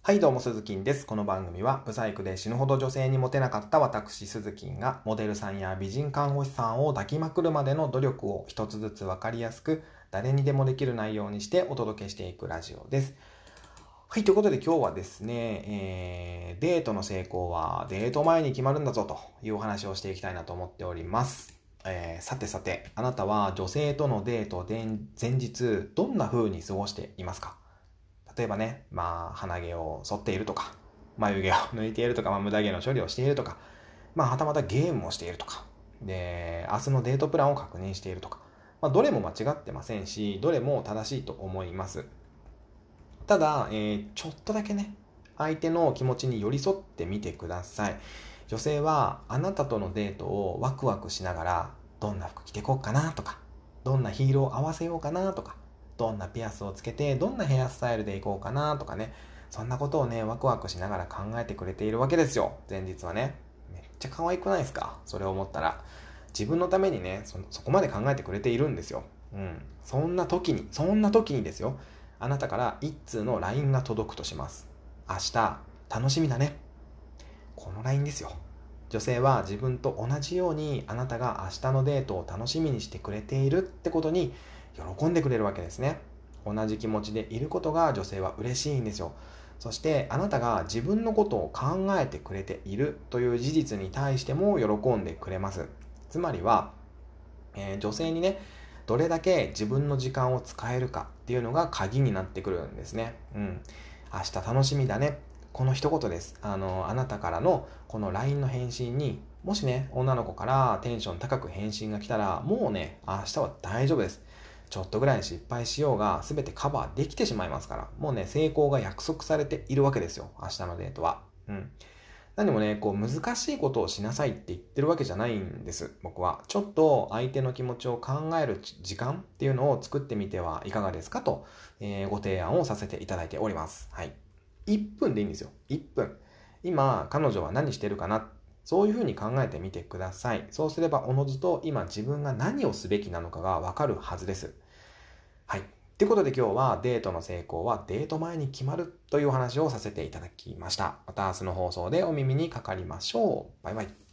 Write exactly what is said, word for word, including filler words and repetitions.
はいどうも、鈴木です。この番組は、ブサイクで死ぬほど女性にモテなかった私、鈴木が、モデルさんや美人看護師さんを抱きまくるまでの努力を一つずつわかりやすく、誰にでもできる内容にしてお届けしていくラジオです。はい、ということで今日はですね、えー、デートの成功はデート前に決まるんだぞというお話をしていきたいなと思っております。えー、さてさて、あなたは女性とのデート前日、どんな風に過ごしていますか？例えばね、まあ、鼻毛を剃っているとか、眉毛を抜いているとか、まあ、無駄毛の処理をしているとか、まあ、はたまたゲームをしているとか、で、明日のデートプランを確認しているとか、まあ、どれも間違ってませんし、どれも正しいと思います。ただ、えーちょっとだけね、相手の気持ちに寄り添ってみてください。女性はあなたとのデートをワクワクしながら、どんな服着てこうかなとか、どんなヒールを合わせようかなとか、どんなピアスをつけて、どんなヘアスタイルでいこうかなとかね、そんなことをね、ワクワクしながら考えてくれているわけですよ。前日はね。めっちゃ可愛くないですか？それを思ったら。自分のためにね、そ、そこまで考えてくれているんですよ。うん。そんな時に、そんな時にですよ。あなたから一通の ライン が届くとします。明日、楽しみだね。この ライン ですよ。女性は自分と同じようにあなたが明日のデートを楽しみにしてくれているってことに喜んでくれるわけですね。同じ気持ちでいることが女性は嬉しいんですよ。そしてあなたが自分のことを考えてくれているという事実に対しても喜んでくれます。つまりは、えー女性にね、どれだけ自分の時間を使えるかっていうのが鍵になってくるんですね。うん。明日楽しみだね。この一言です。あの、あなたからのこの ライン の返信に、もしね、女の子からテンション高く返信が来たら、もうね、明日は大丈夫です。ちょっとぐらい失敗しようが、すべてカバーできてしまいますから、もうね、成功が約束されているわけですよ。明日のデートは。うん。何でもね、こう難しいことをしなさいって言ってるわけじゃないんです、僕は。ちょっと相手の気持ちを考える時間っていうのを作ってみてはいかがですかと、えーご提案をさせていただいております。はい。いっぷんでいいんですよ。いっぷん。今、彼女は何してるかな？そういうふうに考えてみてください。そうすれば、おのずと今自分が何をすべきなのかがわかるはずです。はい。ということで今日はデートの成功はデート前に決まるというお話をさせていただきました。また明日の放送でお耳にかかりましょう。バイバイ。